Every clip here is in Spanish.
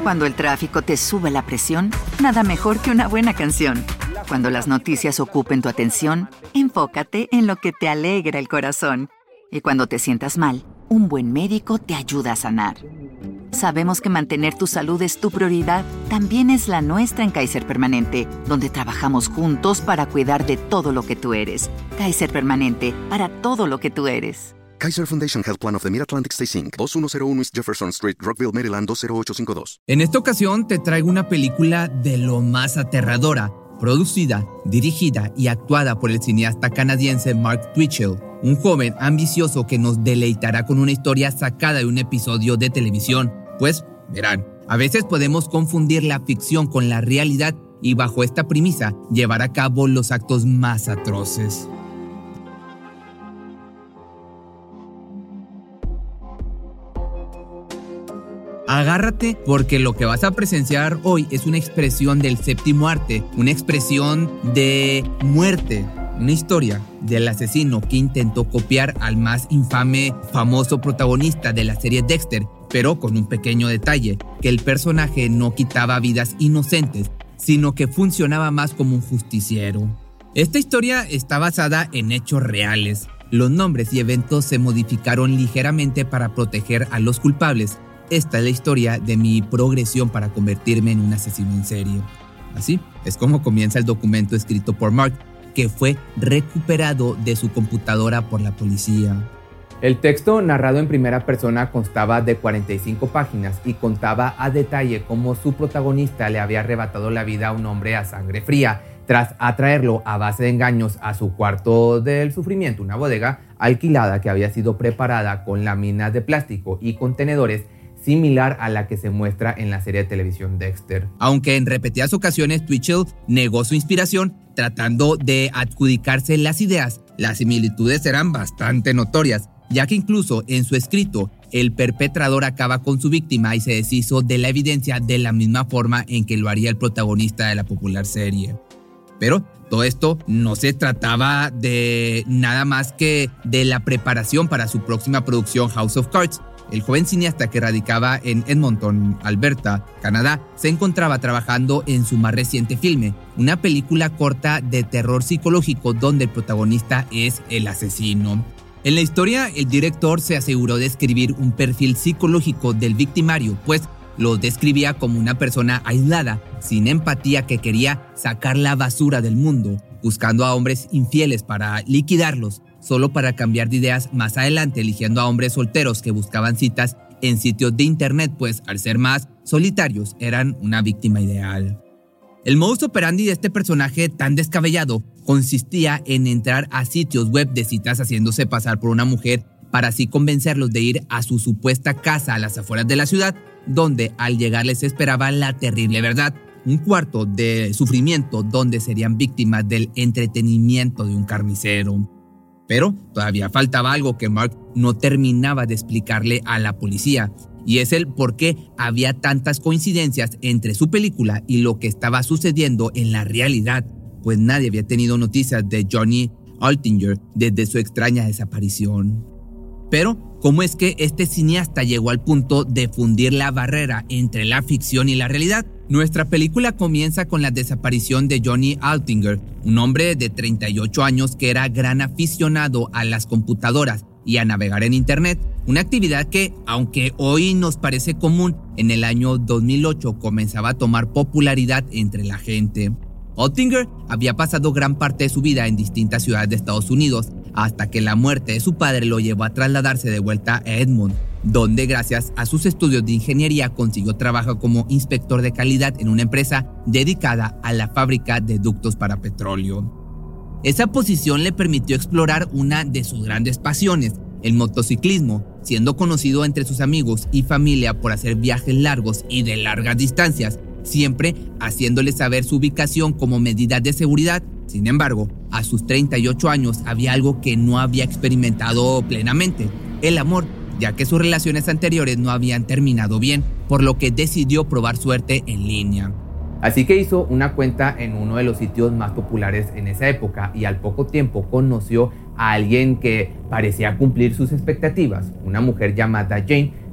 Cuando el tráfico te sube la presión, nada mejor que una buena canción. Cuando las noticias ocupen tu atención, enfócate en lo que te alegra el corazón. Y cuando te sientas mal, un buen médico te ayuda a sanar. Sabemos que mantener tu salud es tu prioridad. También es la nuestra en Kaiser Permanente, donde trabajamos juntos para cuidar de todo lo que tú eres. Kaiser Permanente, para todo lo que tú eres. Kaiser Foundation Health Plan of the Mid-Atlantic Stay Inc. 2101 East Jefferson Street, Rockville, Maryland 20852. En esta ocasión te traigo una película de lo más aterradora, producida, dirigida y actuada por el cineasta canadiense Mark Twitchell, un joven ambicioso que nos deleitará con una historia sacada de un episodio de televisión. Pues, verán, a veces podemos confundir la ficción con la realidad y bajo esta premisa llevar a cabo los actos más atroces. Agárrate porque lo que vas a presenciar hoy es una expresión del séptimo arte, una expresión de muerte, una historia del asesino que intentó copiar al más infame, famoso protagonista de la serie Dexter, pero con un pequeño detalle, que el personaje no quitaba vidas inocentes, sino que funcionaba más como un justiciero. Esta historia está basada en hechos reales. Los nombres y eventos se modificaron ligeramente para proteger a los culpables. Esta es la historia de mi progresión para convertirme en un asesino en serie. Así es como comienza el documento escrito por Mark, que fue recuperado de su computadora por la policía. El texto, narrado en primera persona, constaba de 45 páginas y contaba a detalle cómo su protagonista le había arrebatado la vida a un hombre a sangre fría, tras atraerlo a base de engaños a su cuarto del sufrimiento, una bodega alquilada que había sido preparada con láminas de plástico y contenedores similar a la que se muestra en la serie de televisión Dexter. Aunque en repetidas ocasiones Twitchell negó su inspiración, tratando de adjudicarse las ideas, las similitudes eran bastante notorias, ya que incluso en su escrito, el perpetrador acaba con su víctima y se deshizo de la evidencia de la misma forma en que lo haría el protagonista de la popular serie. Pero todo esto no se trataba de nada más que de la preparación para su próxima producción House of Cards. El joven cineasta que radicaba en Edmonton, Alberta, Canadá, se encontraba trabajando en su más reciente filme, una película corta de terror psicológico donde el protagonista es el asesino. En la historia, el director se aseguró de escribir un perfil psicológico del victimario, pues lo describía como una persona aislada, sin empatía, que quería sacar la basura del mundo, buscando a hombres infieles para liquidarlos, solo para cambiar de ideas más adelante, eligiendo a hombres solteros que buscaban citas en sitios de internet, pues al ser más solitarios eran una víctima ideal. El modus operandi de este personaje tan descabellado consistía en entrar a sitios web de citas haciéndose pasar por una mujer para así convencerlos de ir a su supuesta casa a las afueras de la ciudad, donde al llegar les esperaba la terrible verdad, un cuarto de sufrimiento donde serían víctimas del entretenimiento de un carnicero. Pero todavía faltaba algo que Mark no terminaba de explicarle a la policía, y es el por qué había tantas coincidencias entre su película y lo que estaba sucediendo en la realidad, pues nadie había tenido noticias de Johnny Altinger desde su extraña desaparición. Pero, ¿cómo es que este cineasta llegó al punto de fundir la barrera entre la ficción y la realidad? Nuestra película comienza con la desaparición de Johnny Altinger, un hombre de 38 años que era gran aficionado a las computadoras y a navegar en internet, una actividad que, aunque hoy nos parece común, en el año 2008 comenzaba a tomar popularidad entre la gente. Altinger había pasado gran parte de su vida en distintas ciudades de Estados Unidos, hasta que la muerte de su padre lo llevó a trasladarse de vuelta a Edmonton, donde gracias a sus estudios de ingeniería consiguió trabajo como inspector de calidad en una empresa dedicada a la fábrica de ductos para petróleo. Esa posición le permitió explorar una de sus grandes pasiones, el motociclismo, siendo conocido entre sus amigos y familia por hacer viajes largos y de largas distancias, siempre haciéndole saber su ubicación como medida de seguridad. Sin embargo, a sus 38 años había algo que no había experimentado plenamente: el amor, ya que sus relaciones anteriores no habían terminado bien, por lo que decidió probar suerte en línea. Así que hizo una cuenta en uno de los sitios más populares en esa época y al poco tiempo conoció a alguien que parecía cumplir sus expectativas, una mujer llamada Jane,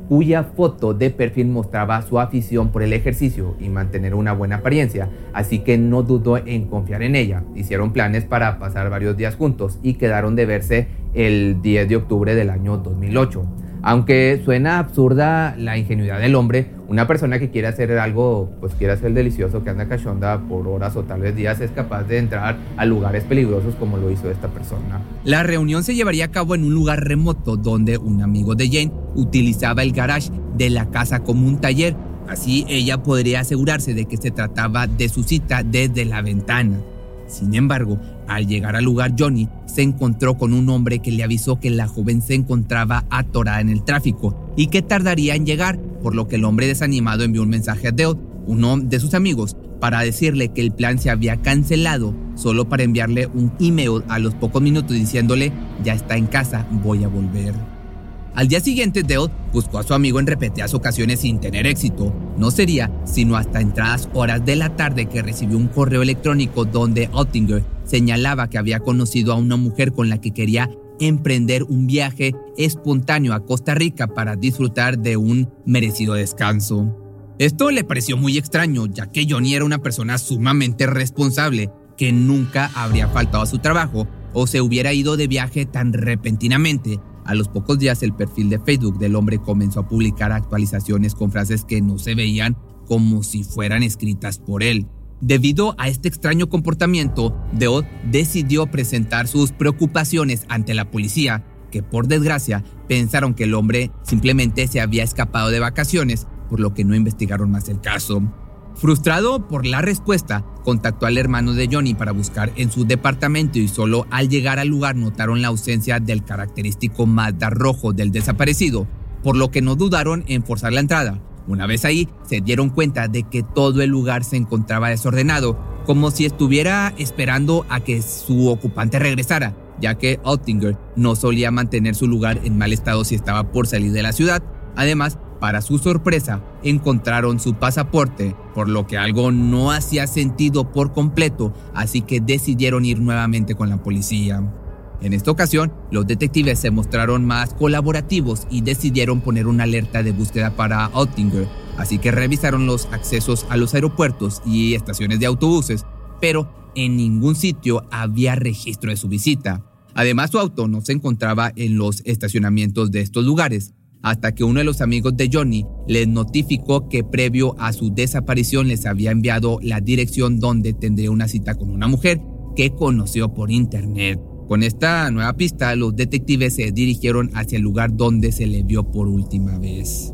cuya foto de perfil mostraba su afición por el ejercicio y mantener una buena apariencia, así que no dudó en confiar en ella. Hicieron planes para pasar varios días juntos y quedaron de verse el 10 de octubre del año 2008. Aunque suena absurda la ingenuidad del hombre, una persona que quiere hacer algo, pues quiere hacer delicioso, que anda cachonda por horas o tal vez días, es capaz de entrar a lugares peligrosos como lo hizo esta persona. La reunión se llevaría a cabo en un lugar remoto donde un amigo de Jane utilizaba el garage de la casa como un taller. Así ella podría asegurarse de que se trataba de su cita desde la ventana. Sin embargo, al llegar al lugar, Johnny se encontró con un hombre que le avisó que la joven se encontraba atorada en el tráfico y que tardaría en llegar, por lo que el hombre desanimado envió un mensaje a Dale, uno de sus amigos, para decirle que el plan se había cancelado, solo para enviarle un email a los pocos minutos diciéndole: ya está en casa, voy a volver. Al día siguiente, Dale buscó a su amigo en repetidas ocasiones sin tener éxito. No sería sino hasta entradas horas de la tarde que recibió un correo electrónico donde Oettinger señalaba que había conocido a una mujer con la que quería emprender un viaje espontáneo a Costa Rica para disfrutar de un merecido descanso. Esto le pareció muy extraño, ya que Johnny era una persona sumamente responsable, que nunca habría faltado a su trabajo o se hubiera ido de viaje tan repentinamente. A los pocos días, el perfil de Facebook del hombre comenzó a publicar actualizaciones con frases que no se veían como si fueran escritas por él. Debido a este extraño comportamiento, Dale decidió presentar sus preocupaciones ante la policía, que por desgracia pensaron que el hombre simplemente se había escapado de vacaciones, por lo que no investigaron más el caso. Frustrado por la respuesta, contactó al hermano de Johnny para buscar en su departamento y solo al llegar al lugar notaron la ausencia del característico Mazda rojo del desaparecido, por lo que no dudaron en forzar la entrada. Una vez ahí, se dieron cuenta de que todo el lugar se encontraba desordenado, como si estuviera esperando a que su ocupante regresara, ya que Oettinger no solía mantener su lugar en mal estado si estaba por salir de la ciudad. Además, para su sorpresa, encontraron su pasaporte, por lo que algo no hacía sentido por completo, así que decidieron ir nuevamente con la policía. En esta ocasión, los detectives se mostraron más colaborativos y decidieron poner una alerta de búsqueda para Oettinger, así que revisaron los accesos a los aeropuertos y estaciones de autobuses, pero en ningún sitio había registro de su visita. Además, su auto no se encontraba en los estacionamientos de estos lugares, hasta que uno de los amigos de Johnny les notificó que previo a su desaparición les había enviado la dirección donde tendría una cita con una mujer que conoció por internet. Con esta nueva pista, los detectives se dirigieron hacia el lugar donde se le vio por última vez.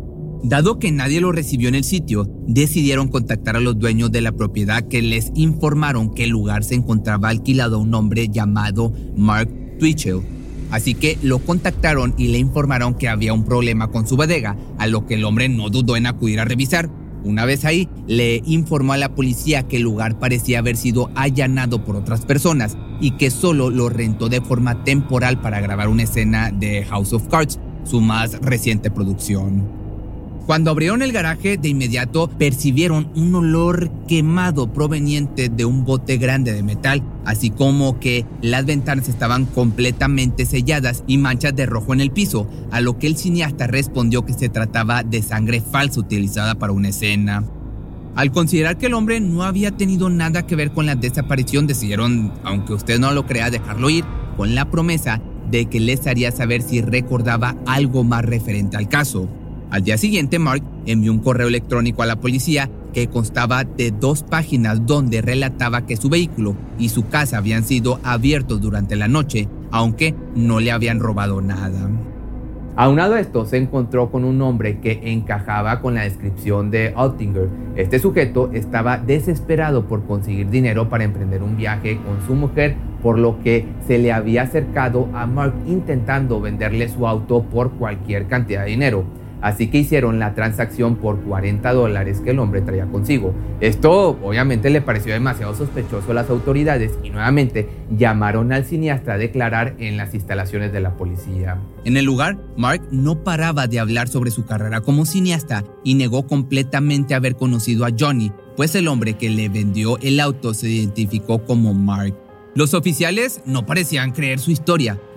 Dado que nadie lo recibió en el sitio, decidieron contactar a los dueños de la propiedad, que les informaron que el lugar se encontraba alquilado a un hombre llamado Mark Twitchell. Así que lo contactaron y le informaron que había un problema con su bodega, a lo que el hombre no dudó en acudir a revisar. Una vez ahí, le informó a la policía que el lugar parecía haber sido allanado por otras personas y que solo lo rentó de forma temporal para grabar una escena de House of Cards, su más reciente producción. Cuando abrieron el garaje, de inmediato percibieron un olor quemado proveniente de un bote grande de metal, así como que las ventanas estaban completamente selladas y manchas de rojo en el piso, a lo que el cineasta respondió que se trataba de sangre falsa utilizada para una escena. Al considerar que el hombre no había tenido nada que ver con la desaparición, decidieron, aunque usted no lo crea, dejarlo ir, con la promesa de que les haría saber si recordaba algo más referente al caso. Al día siguiente, Mark envió un correo electrónico a la policía que constaba de 2 páginas donde relataba que su vehículo y su casa habían sido abiertos durante la noche, aunque no le habían robado nada. Aunado a esto, se encontró con un hombre que encajaba con la descripción de Oettinger. Este sujeto estaba desesperado por conseguir dinero para emprender un viaje con su mujer, por lo que se le había acercado a Mark intentando venderle su auto por cualquier cantidad de dinero. Así que hicieron la transacción por $40 que el hombre traía consigo. Esto obviamente le pareció demasiado sospechoso a las autoridades y nuevamente llamaron al cineasta a declarar en las instalaciones de la policía. En el lugar, Mark no paraba de hablar sobre su carrera como cineasta y negó completamente haber conocido a Johnny, pues el hombre que le vendió el auto se identificó como Mark. Los oficiales no parecían creer su historia,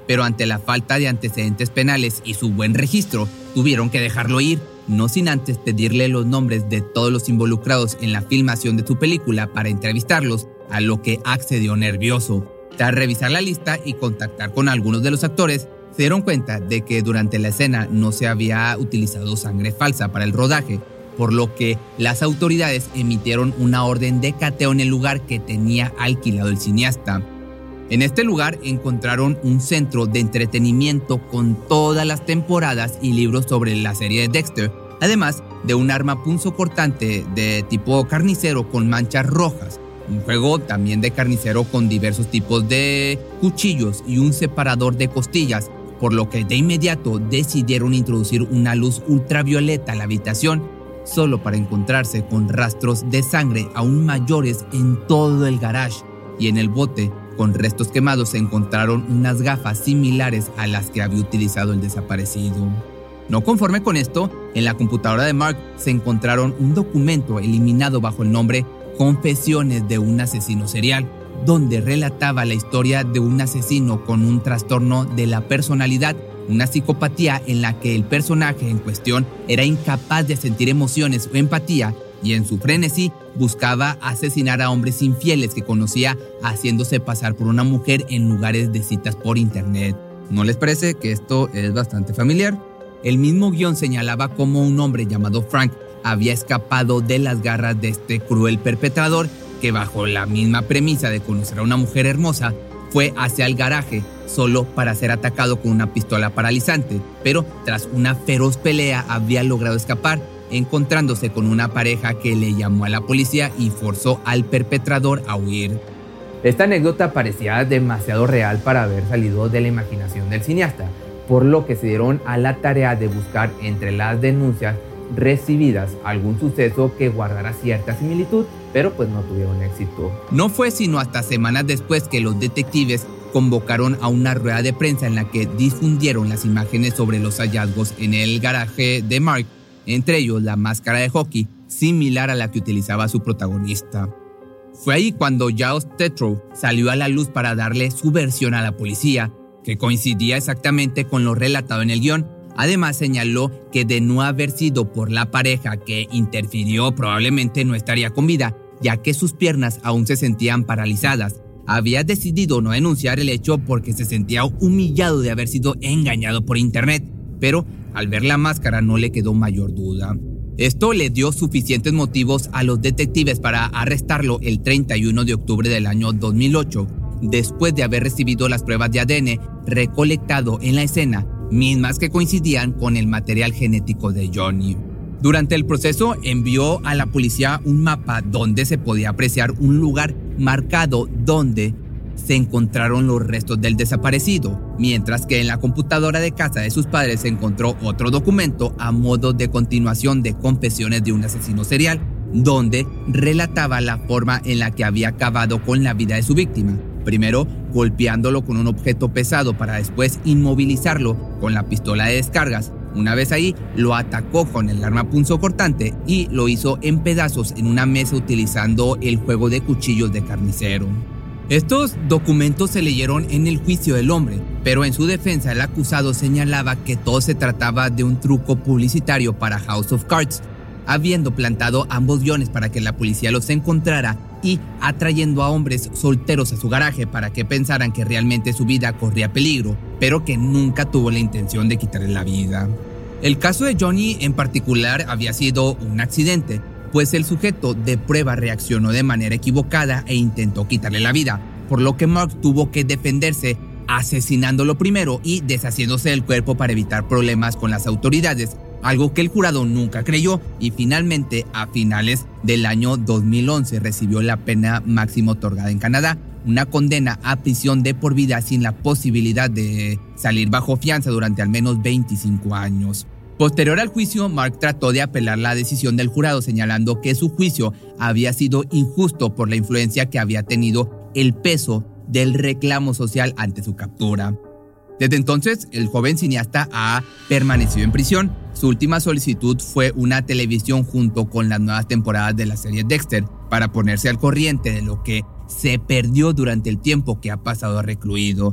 pero ante la falta de antecedentes penales y su buen registro, tuvieron que dejarlo ir, no sin antes pedirle los nombres de todos los involucrados en la filmación de su película para entrevistarlos, a lo que accedió nervioso. Tras revisar la lista y contactar con algunos de los actores, se dieron cuenta de que durante la escena no se había utilizado sangre falsa para el rodaje, por lo que las autoridades emitieron una orden de cateo en el lugar que tenía alquilado el cineasta. En este lugar encontraron un centro de entretenimiento con todas las temporadas y libros sobre la serie de Dexter, además de un arma punzocortante de tipo carnicero con manchas rojas, un juego también de carnicero con diversos tipos de cuchillos y un separador de costillas, por lo que de inmediato decidieron introducir una luz ultravioleta a la habitación, solo para encontrarse con rastros de sangre aún mayores en todo el garage, y en el bote con restos quemados se encontraron unas gafas similares a las que había utilizado el desaparecido. No conforme con esto, en la computadora de Mark se encontraron un documento eliminado bajo el nombre Confesiones de un asesino serial, donde relataba la historia de un asesino con un trastorno de la personalidad, una psicopatía en la que el personaje en cuestión era incapaz de sentir emociones o empatía y en su frenesí buscaba asesinar a hombres infieles que conocía haciéndose pasar por una mujer en lugares de citas por internet. ¿No les parece que esto es bastante familiar? El mismo guión señalaba cómo un hombre llamado Frank había escapado de las garras de este cruel perpetrador que bajo la misma premisa de conocer a una mujer hermosa fue hacia el garaje solo para ser atacado con una pistola paralizante, pero tras una feroz pelea había logrado escapar, encontrándose con una pareja que le llamó a la policía y forzó al perpetrador a huir. Esta anécdota parecía demasiado real para haber salido de la imaginación del cineasta, por lo que se dieron a la tarea de buscar entre las denuncias recibidas algún suceso que guardara cierta similitud, pero pues no tuvieron éxito. No fue sino hasta semanas después que los detectives convocaron a una rueda de prensa en la que difundieron las imágenes sobre los hallazgos en el garaje de Mark, entre ellos la máscara de hockey, similar a la que utilizaba su protagonista. Fue ahí cuando Giles Tetreault salió a la luz para darle su versión a la policía, que coincidía exactamente con lo relatado en el guión. Además señaló que de no haber sido por la pareja que interfirió probablemente no estaría con vida, ya que sus piernas aún se sentían paralizadas. Había decidido no denunciar el hecho porque se sentía humillado de haber sido engañado por internet, pero al ver la máscara no le quedó mayor duda. Esto le dio suficientes motivos a los detectives para arrestarlo el 31 de octubre del año 2008, después de haber recibido las pruebas de ADN recolectado en la escena, mismas que coincidían con el material genético de Johnny. Durante el proceso envió a la policía un mapa donde se podía apreciar un lugar marcado donde se encontraron los restos del desaparecido, mientras que en la computadora de casa de sus padres se encontró otro documento a modo de continuación de confesiones de un asesino serial, donde relataba la forma en la que había acabado con la vida de su víctima. Primero golpeándolo con un objeto pesado para después inmovilizarlo con la pistola de descargas. Una vez ahí, lo atacó con el arma punzocortante y lo hizo en pedazos en una mesa utilizando el juego de cuchillos de carnicero. Estos documentos se leyeron en el juicio del hombre, pero en su defensa el acusado señalaba que todo se trataba de un truco publicitario para House of Cards, habiendo plantado ambos guiones para que la policía los encontrara y atrayendo a hombres solteros a su garaje para que pensaran que realmente su vida corría peligro, pero que nunca tuvo la intención de quitarle la vida. El caso de Johnny en particular había sido un accidente, pues el sujeto de prueba reaccionó de manera equivocada e intentó quitarle la vida, por lo que Mark tuvo que defenderse asesinándolo primero y deshaciéndose del cuerpo para evitar problemas con las autoridades, algo que el jurado nunca creyó, y finalmente a finales del año 2011 recibió la pena máxima otorgada en Canadá, una condena a prisión de por vida sin la posibilidad de salir bajo fianza durante al menos 25 años. Posterior al juicio, Mark trató de apelar la decisión del jurado, señalando que su juicio había sido injusto por la influencia que había tenido el peso del reclamo social ante su captura. Desde entonces, el joven cineasta ha permanecido en prisión. Su última solicitud fue una televisión junto con las nuevas temporadas de la serie Dexter, para ponerse al corriente de lo que se perdió durante el tiempo que ha pasado recluido.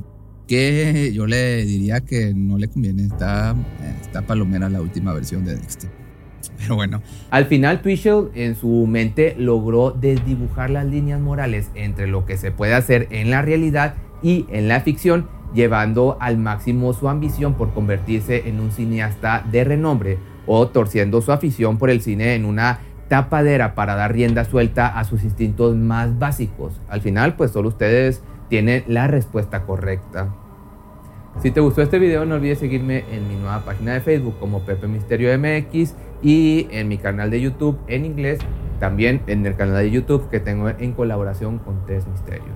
que yo le diría que no le conviene. Está palomera la última versión de Dexter. Pero bueno. Al final, Twitchell en su mente logró desdibujar las líneas morales entre lo que se puede hacer en la realidad y en la ficción, llevando al máximo su ambición por convertirse en un cineasta de renombre o torciendo su afición por el cine en una tapadera para dar rienda suelta a sus instintos más básicos. Al final, pues solo ustedes tienen la respuesta correcta. Si te gustó este video, no olvides seguirme en mi nueva página de Facebook como Pepe Misterio MX y en mi canal de YouTube en inglés, también en el canal de YouTube que tengo en colaboración con Test Misterios.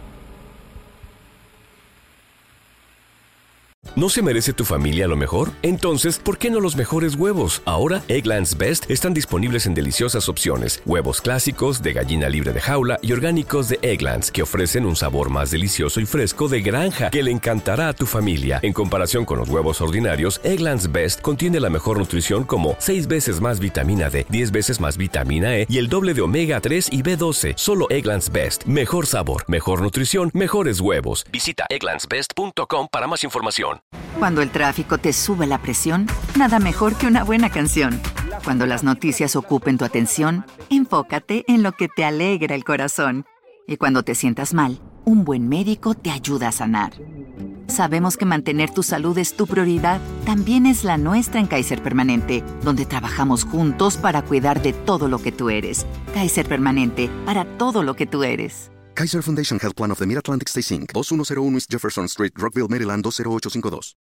¿No se merece tu familia lo mejor? Entonces, ¿por qué no los mejores huevos? Ahora, Eggland's Best están disponibles en deliciosas opciones. Huevos clásicos, de gallina libre de jaula y orgánicos de Eggland's, que ofrecen un sabor más delicioso y fresco de granja que le encantará a tu familia. En comparación con los huevos ordinarios, Eggland's Best contiene la mejor nutrición como 6 veces más vitamina D, 10 veces más vitamina E y el doble de omega 3 y B12. Solo Eggland's Best. Mejor sabor, mejor nutrición, mejores huevos. Visita egglandsbest.com para más información. Cuando el tráfico te sube la presión, nada mejor que una buena canción. Cuando las noticias ocupen tu atención, enfócate en lo que te alegra el corazón. Y cuando te sientas mal, un buen médico te ayuda a sanar. Sabemos que mantener tu salud es tu prioridad, también es la nuestra en Kaiser Permanente, donde trabajamos juntos para cuidar de todo lo que tú eres. Kaiser Permanente, para todo lo que tú eres. Kaiser Foundation Health Plan of the Mid-Atlantic Stay Inc. 2101 East Jefferson Street, Rockville, Maryland 20852.